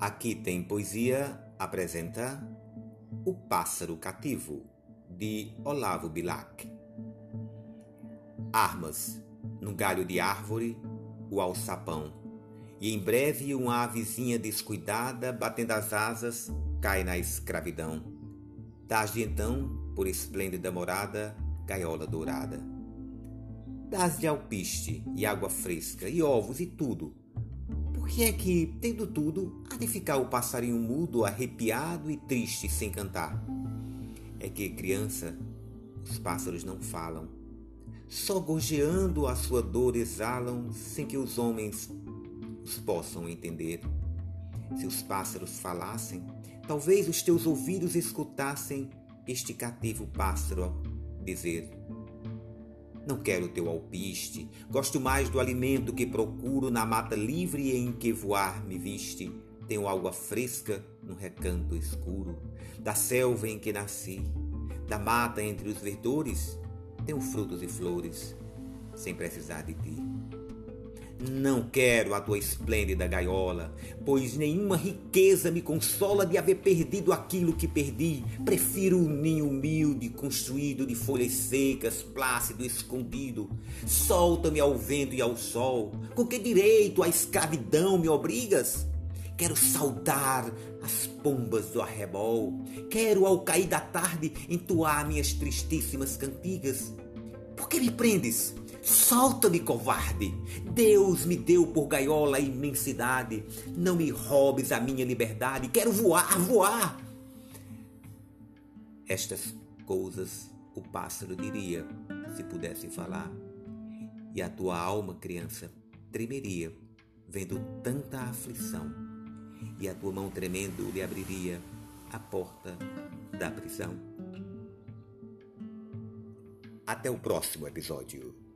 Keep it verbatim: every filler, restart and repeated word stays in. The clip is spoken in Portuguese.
Aqui tem poesia apresenta O Pássaro Cativo, de Olavo Bilac. Armas, no galho de árvore, o alçapão, e em breve uma avezinha descuidada, batendo as asas, cai na escravidão. Dás-lhe então, por esplêndida morada, gaiola dourada. Dás-lhe alpiste e água fresca, e ovos e tudo. Por que é que, tendo tudo, há de ficar o passarinho mudo, arrepiado e triste sem cantar? É que, criança, os pássaros não falam. Só gorjeando a sua dor exalam, sem que os homens os possam entender. Se os pássaros falassem, talvez os teus ouvidos escutassem este cativo pássaro dizer: não quero teu alpiste, gosto mais do alimento que procuro na mata livre em que voar me viste. Tenho água fresca num recanto escuro, da selva em que nasci, da mata entre os verdores, tenho frutos e flores, sem precisar de ti. Não quero a tua esplêndida gaiola, pois nenhuma riqueza me consola de haver perdido aquilo que perdi. Prefiro um ninho humilde, construído de folhas secas, plácido, escondido. Solta-me ao vento e ao sol, com que direito à escravidão me obrigas? Quero saudar as pombas do arrebol, quero ao cair da tarde entoar minhas tristíssimas cantigas. Por que me prendes? Solta-me, covarde! Deus me deu por gaiola a imensidade. Não me roubes a minha liberdade. Quero voar, voar! Estas coisas o pássaro diria, se pudesse falar. E a tua alma, criança, tremeria, vendo tanta aflição. E a tua mão tremendo lhe abriria a porta da prisão. Até o próximo episódio.